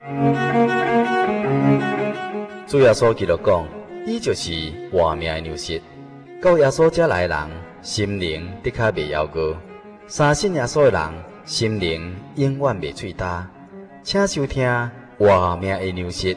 主耶稣基督讲，伊就是活命的粮食。到耶稣这来的人，心灵的确袂夭饿；相信耶稣的人，心灵永远袂喙焦。请收听活命的粮食。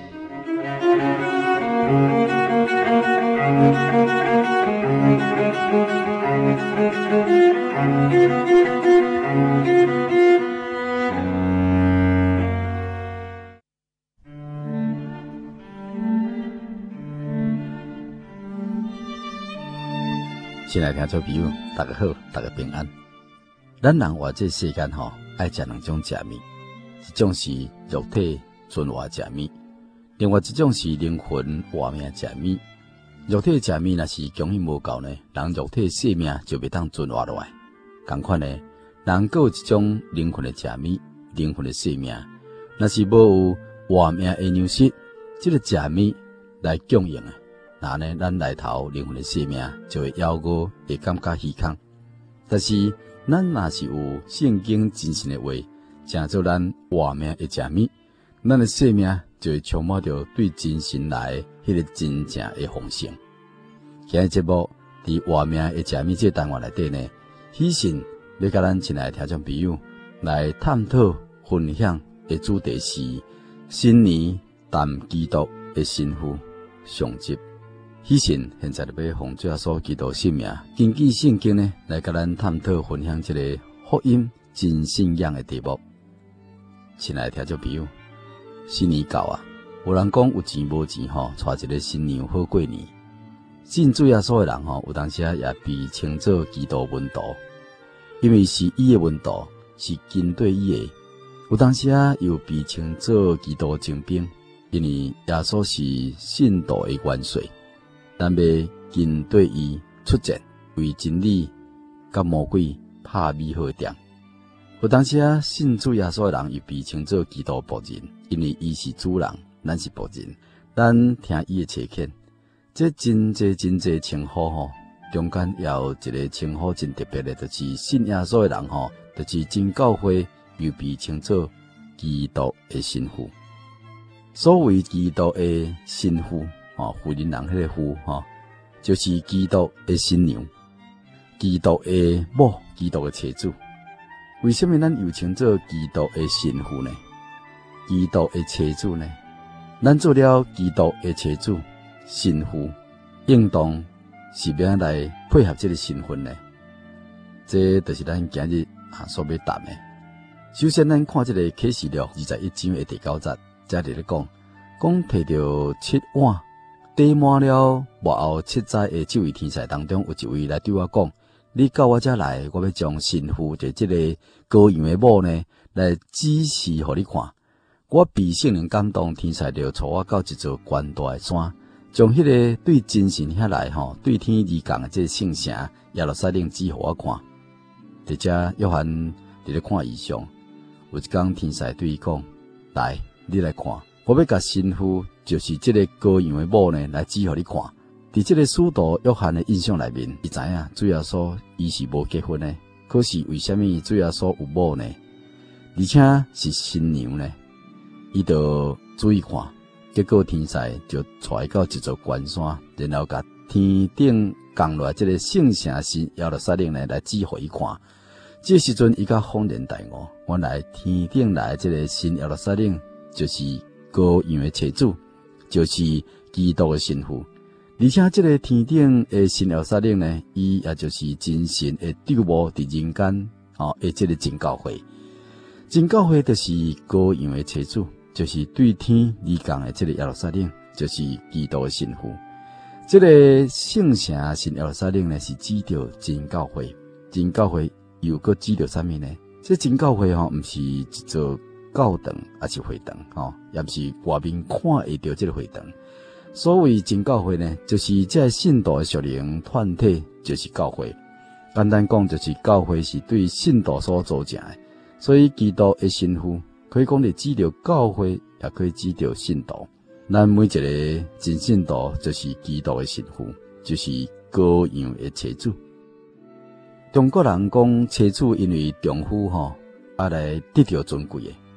亲爱的听众朋友，大家好，大家平安。咱人活这世间爱食两种食物，一种是肉体存活食物，另外一种是灵魂活命食物。肉体食物若是供应无够呢，人肉体生命就袂当存活落来。同款呢，人还有一种灵魂的食物，灵魂的生命，若是无有活命的粮食，这个食物来供应啊。那呢，咱来头灵魂的生命就会夭饿，会感觉虚空。但是，咱若是有圣经真实的话，成做咱活命的食物，咱的生命就会充满着对真神来迄个真正的丰盛。今日节目伫活命的食物这单元内底呢，喜信要甲咱亲爱的听众朋友来探讨分享的主题是新年谈基督的身躯上集。喜信现在就要奉主耶稣基督性命，根据圣经呢来甲咱探讨分享这个福音真信仰的题目。亲爱的听众朋友，新年到啊，有人讲有钱无钱带一个新娘好过年。信主耶稣的人有当时也被称作基督门徒，因为是伊的门徒，是跟对伊的；有当时又被称作基督精兵，因为耶稣是信徒的元帅。咱要跟对伊出战，为真理甲魔鬼拍美好仗。有当时信主耶稣的人又被称作基督仆人，因为伊是主人，咱是仆人，咱听伊的切劝。这真济称呼中间也有一个称呼真特别的，就是信耶稣的人就是真教会又被称作基督的身躯。所谓基督的身躯。妇人人迄个妇就是基督的新娘，基督的母，基督的妻子。为什么咱又称作基督的新妇呢？基督的妻子呢？咱做了基督的妻子、新妇，应当是要来配合这个身份呢？这就是咱今日所要谈的。首先，咱看这个启示录21章的第9节，这里咧讲摕到7碗。滴满了幕后7载的这位天使当中，有一位来对我讲：你到我这来，我要将新妇就这个羔羊的母呢，来指示互你看。我被圣灵感动，天使就带我到一座悬大的山，将迄个对真神遐来对天而降的这圣城耶路撒冷指互我看。伫遮约翰伫咧看异象，有一天天使对伊讲：来，你来看，我要甲新妇。就是这个羔羊的母呢，来指互你看。伫这个使徒约翰的印象内面，伊知影主耶稣伊是无结婚的，可是为什么主耶稣有母呢？而且是新娘呢？伊就注意看，结果天使就带到一座悬山，然后甲天顶降落这个圣城是耶路撒冷呢，来指互伊看。这时阵伊甲恍然大悟，原来天顶来这个新耶路撒冷就是羔羊的妻子。就是基督的身躯，而且这个天顶的新耶路撒冷呢，伊也就是真神的帐幕伫人间的这个真教会。真教会就是羔羊的妻子，就是对天而降的这个耶路撒冷，就是基督的身躯。这个圣城新耶路撒冷呢，是指着真教会。真教会又搁指着啥物呢？这真教会毋是一座教堂，也是会堂也毋是外面看会到这个会堂。所谓真教会呢，就是这信徒的属灵团体，就是教会。简单讲，就是教会是对信徒所组成的。所以基督的身躯可以讲是指着教会，也可以指着信徒。咱每一个真信徒就是基督的身躯，就是羔羊的妻子。中国人讲妻子因为丈夫来得到尊贵的。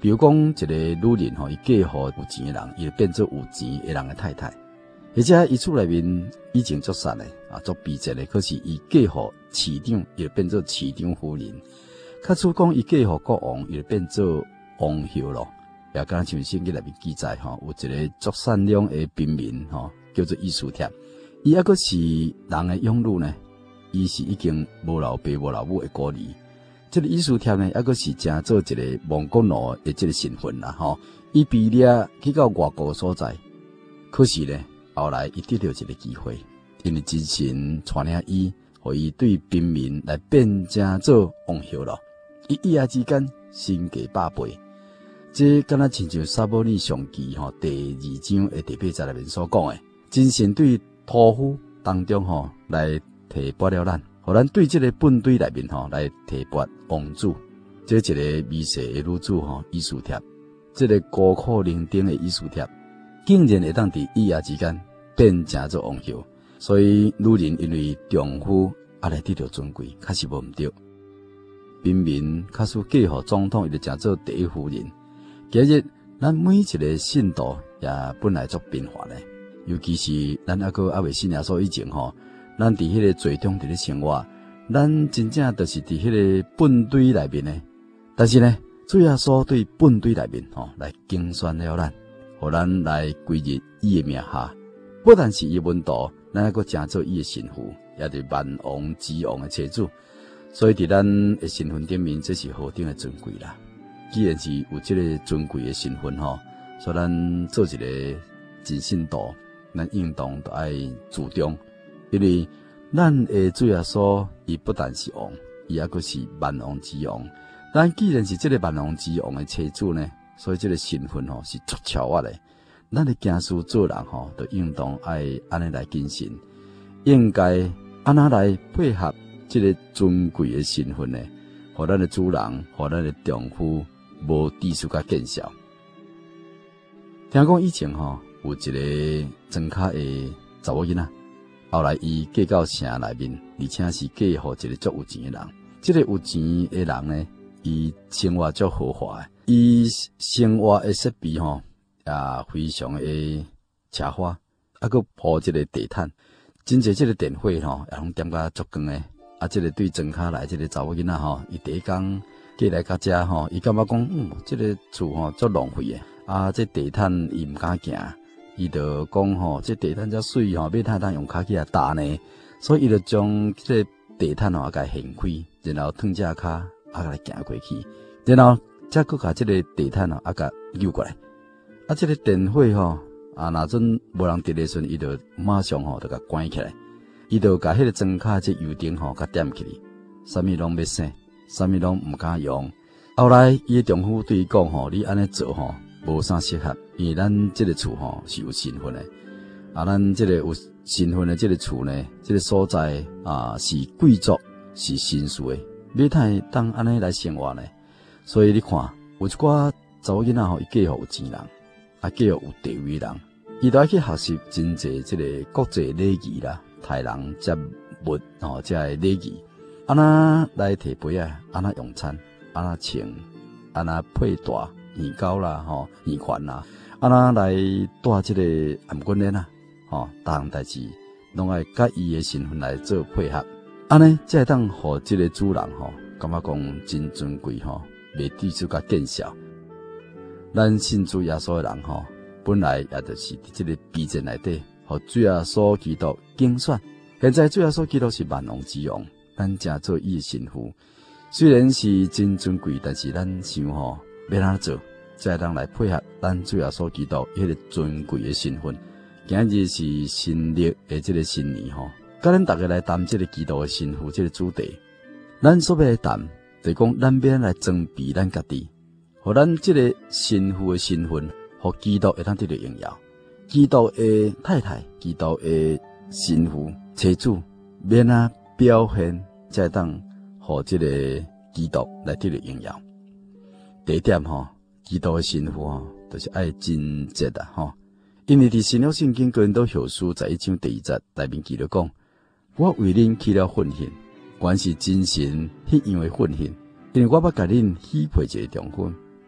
比如讲，一个女人伊嫁予有钱的人，伊就变做有钱的人的太太。而且伊厝内面以前足善的足逼真的，可是伊嫁予市长，伊就变做市长夫人。较处讲伊嫁予国王，伊就变做王后咯。也敢像圣经内面记载有一个足善良的平民叫做以斯帖，伊还阁是人的养女呢。伊是已经无老爸无老母的孤儿。这个以斯帖呢，还阁是正做一个亡国奴的这个身份啦伊毕业去到外国所在，可是呢，后来伊得到一个机会，因为真神带领伊，互伊对平民来变正做王后咯。伊一夜之间身价百倍。这敢若亲像撒母耳上记第2章的第8节内面所讲的，真神对屠夫当中来提拔了咱，互咱对这个本队内面来提拔王子。这一个美色的女子以斯帖，这个孤苦伶仃的以斯帖，竟然会当伫一夜之间变成做王后。所以女人因为丈夫来得到尊贵，确实无毋对。平民假使嫁予总统，伊就成做第一夫人。其实咱每一个信徒也本来足平凡的，尤其是咱还未信耶稣以前咱伫迄个罪中伫咧生活，咱真正就是伫迄个本队内面呢。但是呢，主耶稣对本队内面来竞选了咱，互咱来归入伊的名下。不但是伊门徒，咱还阁成做伊的神父，也是万王之王的妻子。所以伫咱的身份顶面，这是何等的尊贵啦！既然是有这个尊贵的身份所以咱做一个真信徒，咱应当都爱注重，因为咱的主耶稣，伊不但是王，伊还阁是万王之王。咱既然是这个万王之王的妻子呢，所以这个身份是足超越的。咱的行事做人都应当爱安尼来谨慎，应该安那来配合这个尊贵的身份呢，互咱的主人，互咱的丈夫无知识甲见效。听讲以前有一个庄卡的查某囡仔，后来伊嫁到城内面，而且是嫁予一个足有钱的人。这个有钱的人呢，伊生活足豪华的，伊生活的设备也非常的奢华，还佫铺这个地毯，真侪这个电火也拢点甲足光的。这个对庄卡来这个查某囡仔伊第一天过来到遮伊感觉讲，这个厝足浪费的。这地毯伊毋敢行，伊就讲这地毯遮水要太当用脚去踏呢，所以伊就将这个地毯甲掀开，然后脱只脚来行过去，然后再佫甲这个地毯甲扭过来。这个电火若阵无人伫的时阵，伊就马上就甲关起来。伊就甲迄个庄卡这油灯甲点起哩，啥物拢要省，啥物拢毋敢用。后来伊的丈夫对伊讲你安尼做无啥适合，因为咱这个厝是有身份的，咱这个有身份的这个厝呢，这个所在是贵族，是绅士的，要太当安尼来生活呢。所以你看，有一寡查某囡仔伊嫁予有钱人，嫁予有地位人，伊都爱去学习真侪这个国际礼仪啦。待人接物这个礼仪，安那来摕杯安那用餐，安那穿，安那佩戴耳钩啦，耳环啦，安那来带这个颔棍链啊，逐项代志拢爱甲伊的身份来做配合，安尼才会当互这个主人感觉讲真尊贵袂知识甲见效。咱信主耶稣的人本来也就是伫这个逼阵内底。互主耶稣基督竞选，现在主耶稣基督是万王之王，咱正做伊的神父。虽然是真尊贵，但是咱想要安怎做，才当来配合咱主耶稣基督迄个尊贵的身份。今日是新历的这个新年甲咱大家来谈这个基督的神父这个主题。咱所要来谈，就是讲咱要来装备咱家己，互咱这个神父的身份，互基督会当得到荣耀。基督的太太，基督的神父、妻子，免表现，才当互这个基督来得到荣耀。第一点基督的神父就是爱真节因为伫新约圣经哥林多后书11章第2节内面记了讲，我为恁起了训献，原是真神迄样的训献，因为我要甲恁许配一个重婚，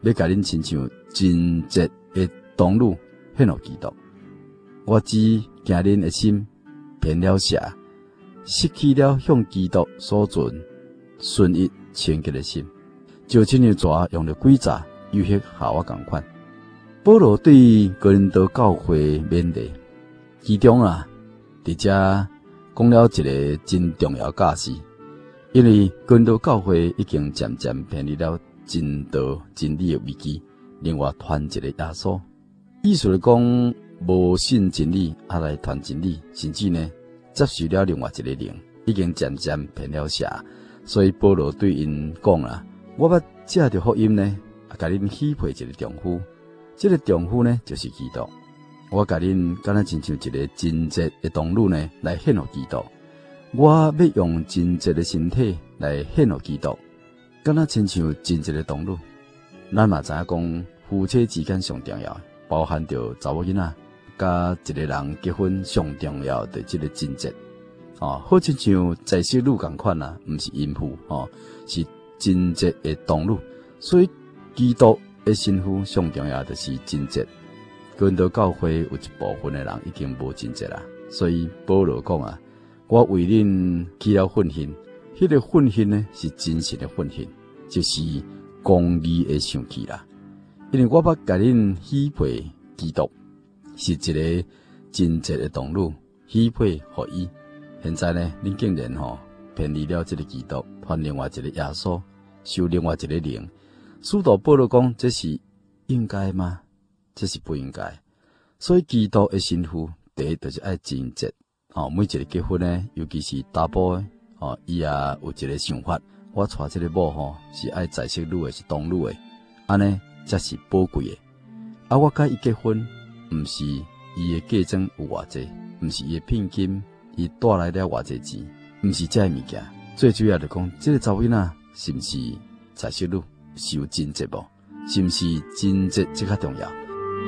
要甲恁亲像真节的道路献互基督。我只惊恁的心偏了邪，失去了向基督所存顺一清洁的心。就亲像蛇用了诡诈诱惑夏娃同款。保罗对哥林多教会勉励，其中伫遮讲了一个真重要假事，因为哥林多教会已经渐渐偏离了真道真理的危机，另外传一个耶稣，意思是讲无信真理来传真理，甚至呢接受了另外一个灵，已经渐渐偏了邪。所以保罗对因讲我要借着福音呢，甲恁许配一个丈夫，这个丈夫呢就是基督。我甲恁敢若亲像一个真节的道路呢，来献互基督。我要用真节的身体来献互基督，敢若亲像真节的道路。咱嘛知影讲，夫妻之间上重要，包含着查某囡仔甲一个人结婚上重要的这个真节。好亲像在世路同款毋是淫妇是真节的道路。所以基督的身躯上重要的是真节。哥林多教会有一部分的人已经无真节啦，所以保罗讲我为恁起了婚姻，迄个婚姻呢是真实的婚姻，就是公义的上去啦。因为我要甲恁许配基督，是一个真节的道路，许配互伊。现在呢，恁竟然偏离了这个基督，换另外一个耶稣，受另外一个灵。使徒保罗讲，这是应该吗？这是不应该。所以基督的身躯，第一就是爱真节。每一个结婚呢，尤其是查甫的伊也有一个想法，我娶这个某是爱在色女的，是当女的，安尼才是宝贵的。我甲伊结婚，毋是伊的嫁妆有偌济，毋是伊的聘金，伊带来了偌济钱，毋是这物件。最主要就讲，这个查某囡仔是毋是在色女，是有真节无？是毋是真节这较重要？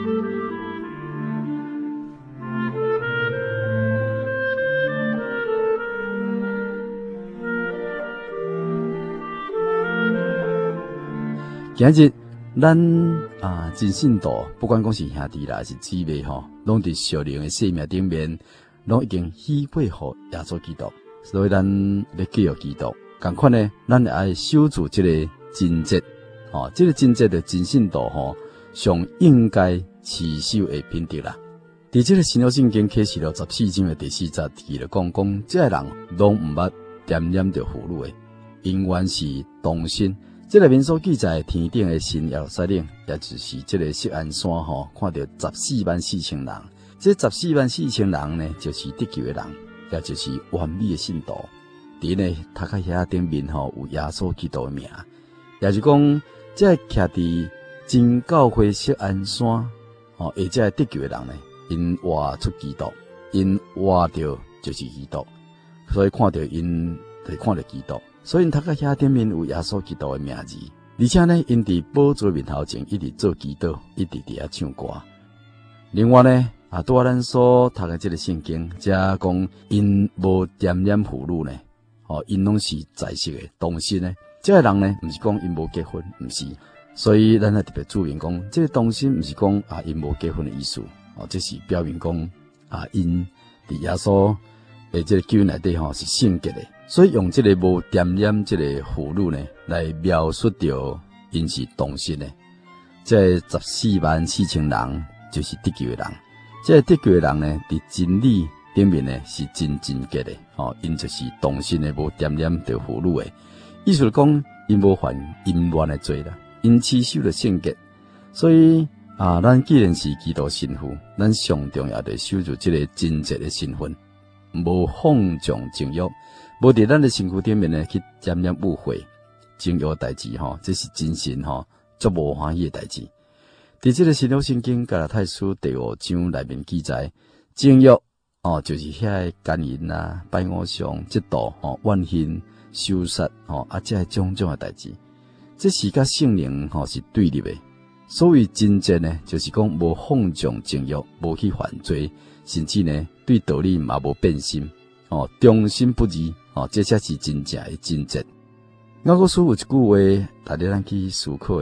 今日咱真信徒，不管讲是兄弟啦，是姊妹拢伫属灵的生命顶面，拢已经许配互耶稣基督。所以咱要记住基督，同款呢，咱也爱守住这个真节。这个真节的真信徒上应该持守的品德啦。伫这个新约圣经启示录14章的第40节就讲，这个人拢毋捌惦念着妇女的，永远是同心。这个面所记载天顶的新耶路撒冷，也就是这个锡安山看到144000人。这144000人呢，就是得救的人，也就是完美的信徒。伫呢，头壳遐顶面有耶稣基督的名，也就是讲，这徛伫真教会锡安山而这得救的人呢，因活出基督，因活着就是基督，所以看到因就看到基督。所以因头壳遐顶面有耶稣基督的名字，而且呢，因伫宝座面头前一直做祈祷，一直伫遐唱歌。另外呢，拄咱所读的这个圣经，则讲因无惦念妇女呢，因拢是在世的同心呢。这个人呢，毋是讲因无结婚，毋是。所以咱也特别注明讲，这个同心毋是讲因无结婚的意思，这是表明讲因伫耶稣的这个救恩内底是圣洁的。所以用这个无惦念这个妇女呢，来描述着因是同心的。这144000人就是得救的人。这得救的人呢，伫真理顶面呢是真洁的，因就是同心的，无惦念着妇女的。意思是讲，因无犯淫乱的罪啦，因持守了圣洁。所以咱既然是基督信徒，咱上重要的守住这个真洁的身份，无放纵情欲。无伫咱的身躯顶面呢，去沾染误会、情欲代志这是真心足无欢喜的代志。伫这个新约圣经加拉太书第5章内面记载，情欲就是遐奸淫啦、拜偶像、嫉妒、怨恨、羞杀这种种的代志，这是甲圣灵是对立的。所谓真正呢，就是讲无放纵情欲，无去犯罪，甚至呢对道理嘛无变心，忠心不二，这才是真正的真节。雅各书有一句话，值得咱去思考的，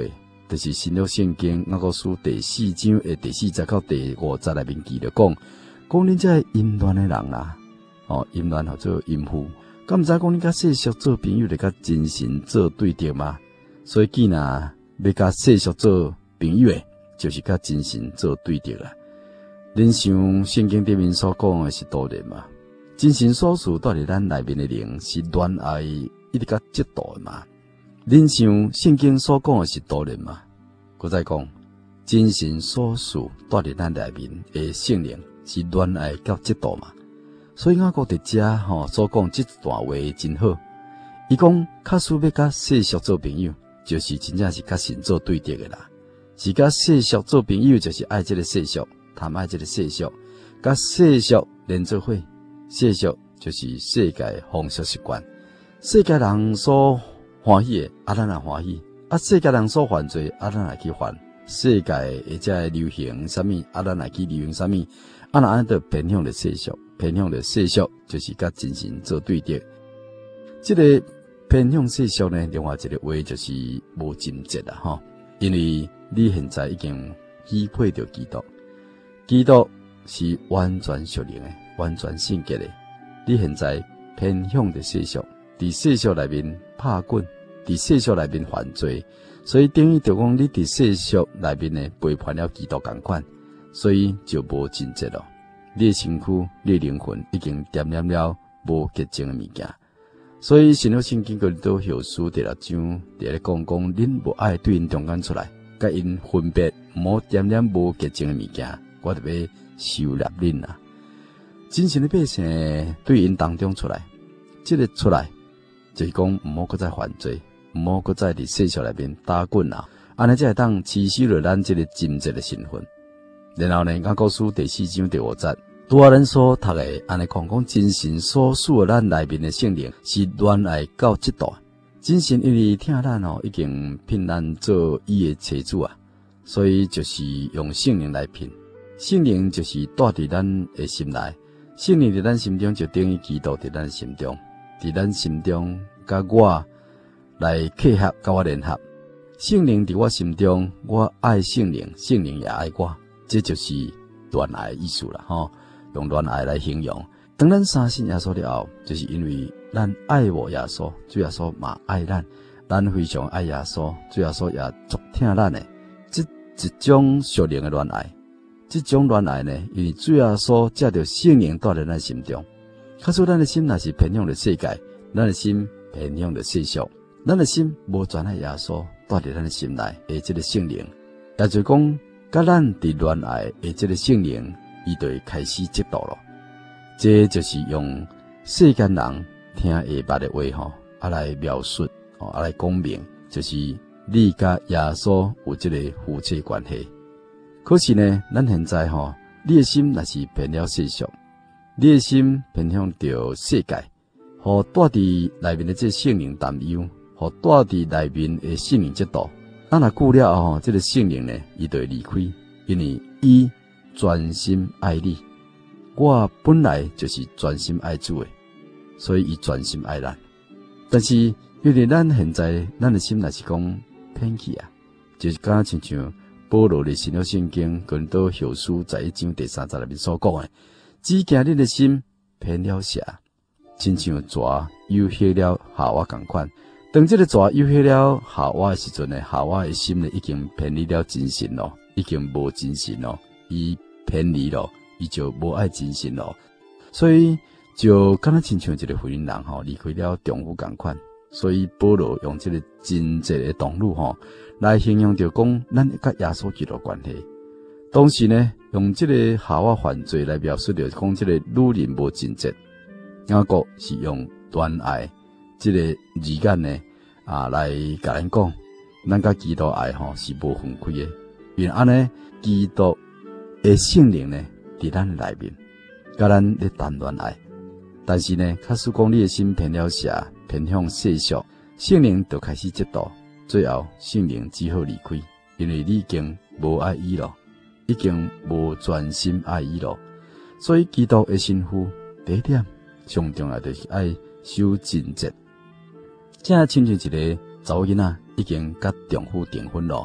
就是新约圣经雅各书第4章的第4节到第5节内面记着讲恁这淫乱的人啊，淫乱或做淫妇，敢毋知讲恁甲世俗做朋友，就甲真神做对敌嘛？所以既然要甲世俗做朋友的，就是甲真神做对敌啦。恁想圣经顶面所讲的是多人嘛？真神所属住伫咱内面的灵是恋爱一直甲嫉妒的嘛？恁想圣经所讲的是多人嘛？搁再讲，真神所属住伫咱内面的圣灵是恋爱甲嫉妒嘛？所以雅各伫遮所讲这段话真好。伊讲，假使要甲世俗做朋友，就是真正是甲神做对敌的啦。是甲世俗做朋友，就是爱这个世俗，贪爱这个世俗，甲世俗连做伙。世俗就是世界风俗习惯，世界人所欢喜的，咱也欢喜；世界人所犯罪，咱也去犯。世界或者流行啥物，咱也去流行啥物。若安得偏向的世俗，偏向的世俗就是甲真神做对敌。这个偏向世俗呢，另外一个话就是无贞洁啦，因为你现在已经匹配着基督，基督是完全属灵的。完全圣洁的，你现在偏向的世俗，伫世俗内面拍滚，伫世俗内面犯罪，所以等于就讲你伫世俗内面呢背叛了基督同款，所以就无贞洁咯。你的身躯、你的灵魂已经沾染了无洁净的物件，所以新约圣经哥林多后书第6章伫咧讲恁无爱对因中间出来，甲因分别，莫沾染无洁净的物件，我就要收纳恁啊。真神的百姓对因当中出来，这个出来就是讲唔好搁再犯罪，唔好搁再伫世俗内面打滚啊，安尼才会当持守了咱这个贞洁的身份。然后呢，雅各书第4章第5节，拄仔咱所读的安尼讲真神所属的咱内面的圣灵是恋爱到嫉妒。真神因为听咱已经聘咱做伊的妻子啊，所以就是用圣灵来聘。圣灵就是住伫咱的心内。圣灵伫咱心中就等于基督伫咱心中，伫咱心中甲我来契合，甲我联合。圣灵伫我心中，我爱圣灵，圣灵也爱我，这就是恋爱的意思啦，用恋爱来形容。当咱相信耶稣了后，就是因为咱爱我耶稣，主耶稣嘛爱咱，咱非常爱耶稣，主耶稣也足疼咱的，这一种属灵的恋爱。这种恋爱呢，因为主耶稣借着圣灵住在咱心中。假使咱的心若是偏向的世界，咱的心偏向的世俗，咱的心无全爱耶稣住在咱的心内的这个圣灵，也就是讲，甲咱伫恋爱的这个圣灵，伊就会开始嫉妒咯。这就是用世间人听会捌的话来描述来讲明，就是你甲耶稣有这个夫妻关系。可是呢，咱现在你的心若是偏了世俗，你的心偏向着世界，互住伫内面的这圣灵担忧，互住伫内面的圣灵嫉妒。若久了后，这个圣灵呢，伊就会离开，因为伊专心爱你。我本来就是专心爱主的，所以伊专心爱咱。但是因为咱现在咱的心若是讲偏去啊，就是敢亲像保罗的新约圣经哥林多后书11章第3节内面所讲的，只惊恁的心偏了邪，亲像蛇诱惑了夏娃同款。当这个蛇诱惑了夏娃的时阵呢，夏娃的心呢已经偏离了真神咯，已经无真神咯，伊偏离了，伊就无爱真神咯。所以就敢若亲像一个婚姻人离开了丈夫同款。所以保罗用这个真正的动词来形容着讲咱甲耶稣基督关系。同时呢，用这个夏娃犯罪来描述着讲这个女人无贞洁。雅各是用恋爱这个字眼呢来甲咱讲，咱甲基督爱是无分开的。因为安尼，基督的圣灵呢伫咱内面，甲咱咧谈恋爱。但是呢，假使讲你的心偏了邪，偏向世俗，圣灵就开始嫉妒，最后圣灵只好离开，因为你已经无爱伊咯，已经无专心爱伊咯。所以基督的身躯第一点上重要就是爱守贞洁。这亲像一个查某囡仔已经甲丈夫订婚咯，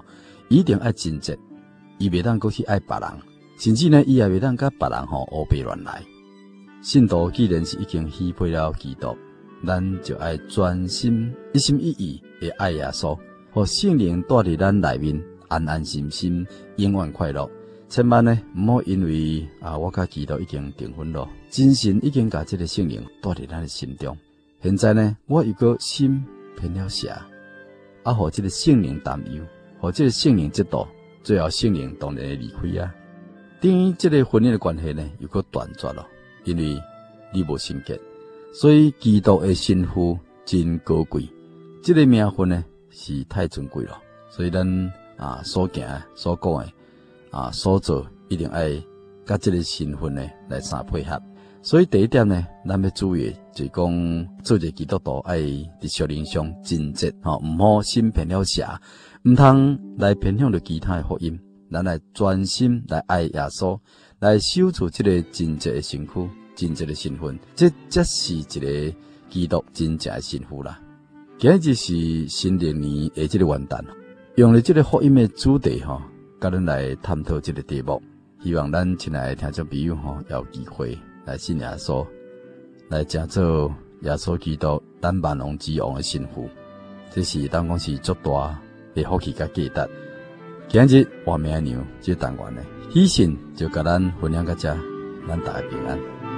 一定爱尽责，伊袂当搁去爱别人，甚至呢，伊也袂当甲别人胡白乱来。信徒既然是已经许配了基督，咱就爱专心一心一意的爱耶稣，互圣灵住伫咱内面，安安心心，永远快乐。千万呢，唔好因为我甲基督已经订婚了，真神已经甲这个圣灵住伫咱的心中。现在呢，我又个心偏了邪，互这个圣灵担忧，互这个圣灵嫉妒，最后圣灵当然会离开啊。等于这个婚姻的关系呢，又个断绝了，因为你无圣洁，所以基督的身份真高贵，这个名分呢是太尊贵了，所以咱所行所讲的所做一定爱甲这个身份呢来相配合。所以第一点呢，咱要注意就是讲做一个基督徒爱伫属灵上尽责，唔好心偏了邪，唔通来偏向着其他的福音，咱来专心来爱耶稣，来守住这个真正的身躯、真正的身份，这才是一个基督真正的身份啦。今日是新历年的这个元旦，用了这个福音的主题甲咱来探讨这个题目，希望咱亲爱的听众朋友也有机会来信耶稣，来成做耶稣基督咱万王之王的身份，这是当讲是足大的福气甲价值。今日活命的娘这单元呢，喜讯就甲咱分享到这，咱大家平安。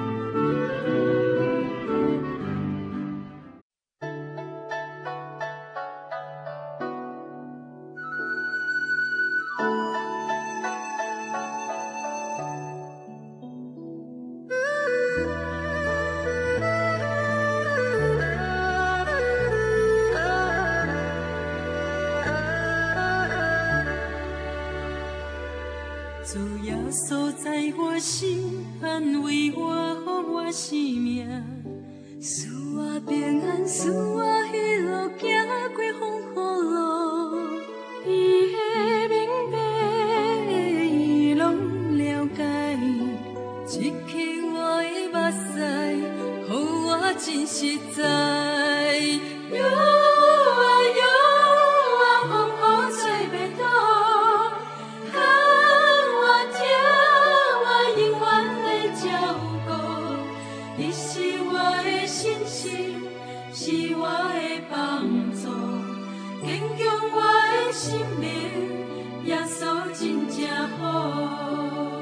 主耶稣在我心，安慰我，予我生命，使我平安，使我喜乐，行过风雨路。伊的明白，伊拢了解，刺激我的目屎，予我真实在。风雨做袂倒。是我的帮助，坚强我的心灵，耶稣真正好。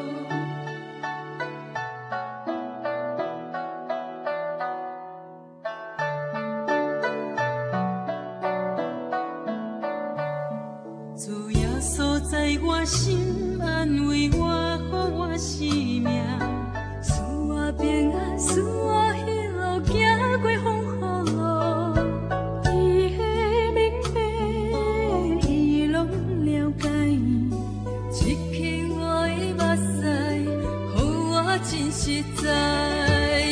主耶稣在我心，安慰我，予我生命，使我平安，使我喜乐，行过风。实在，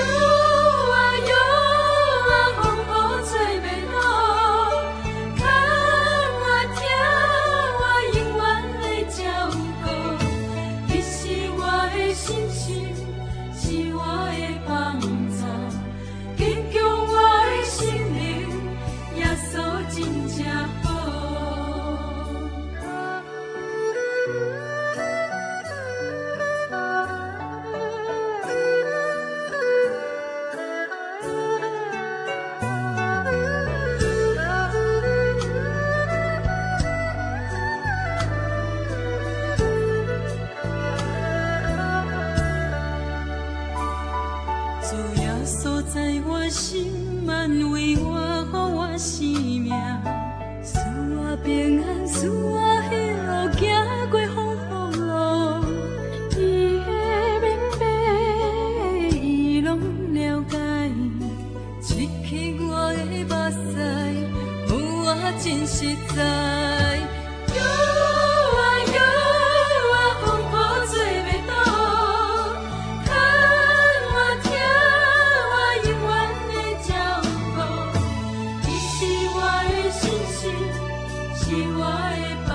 风雨做袂倒，看我听我永远的照顾，你是我的信心，是我的帮助，坚强我的心灵，耶稣真正好。在我心，安慰我，予我生命，使我平安，使我喜乐，行过风雨路。伊的明白，伊拢了解，刺激我的目屎，予我真实在。是我的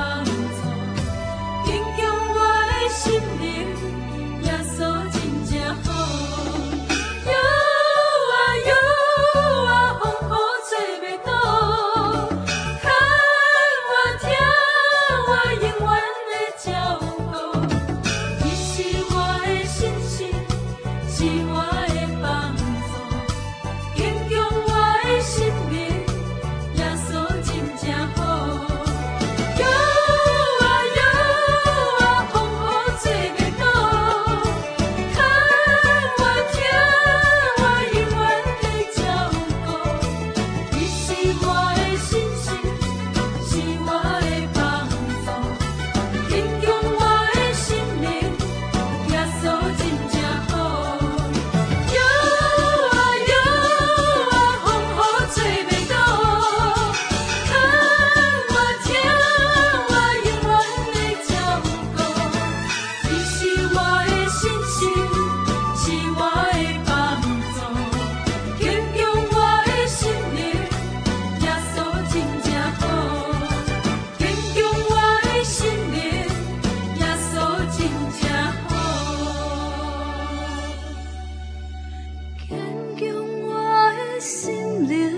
流。